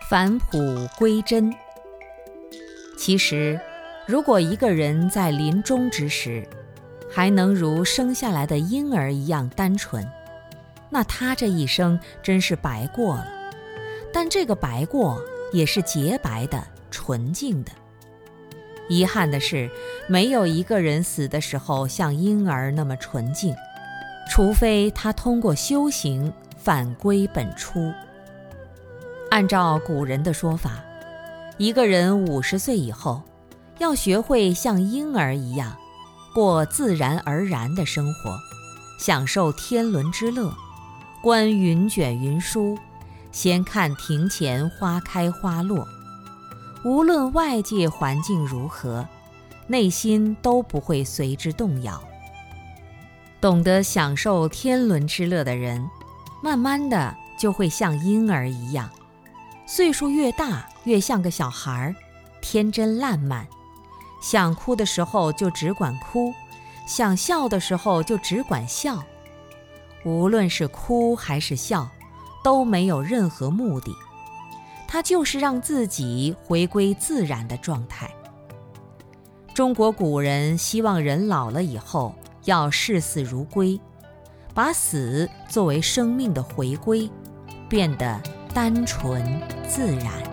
返璞归真。其实，如果一个人在临终之时，还能如生下来的婴儿一样单纯，那他这一生真是白过了。但这个白过也是洁白的、纯净的。遗憾的是，没有一个人死的时候像婴儿那么纯净，除非他通过修行返归本初。按照古人的说法，一个人50岁以后，要学会像婴儿一样，过自然而然的生活，享受天伦之乐，观云卷云舒，闲看庭前花开花落。无论外界环境如何，内心都不会随之动摇。懂得享受天伦之乐的人，慢慢的就会像婴儿一样，岁数越大越像个小孩，天真烂漫，想哭的时候就只管哭，想笑的时候就只管笑。无论是哭还是笑，都没有任何目的，它就是让自己回归自然的状态。中国古人希望人老了以后要视死如归，把死作为生命的回归，变得单纯自然。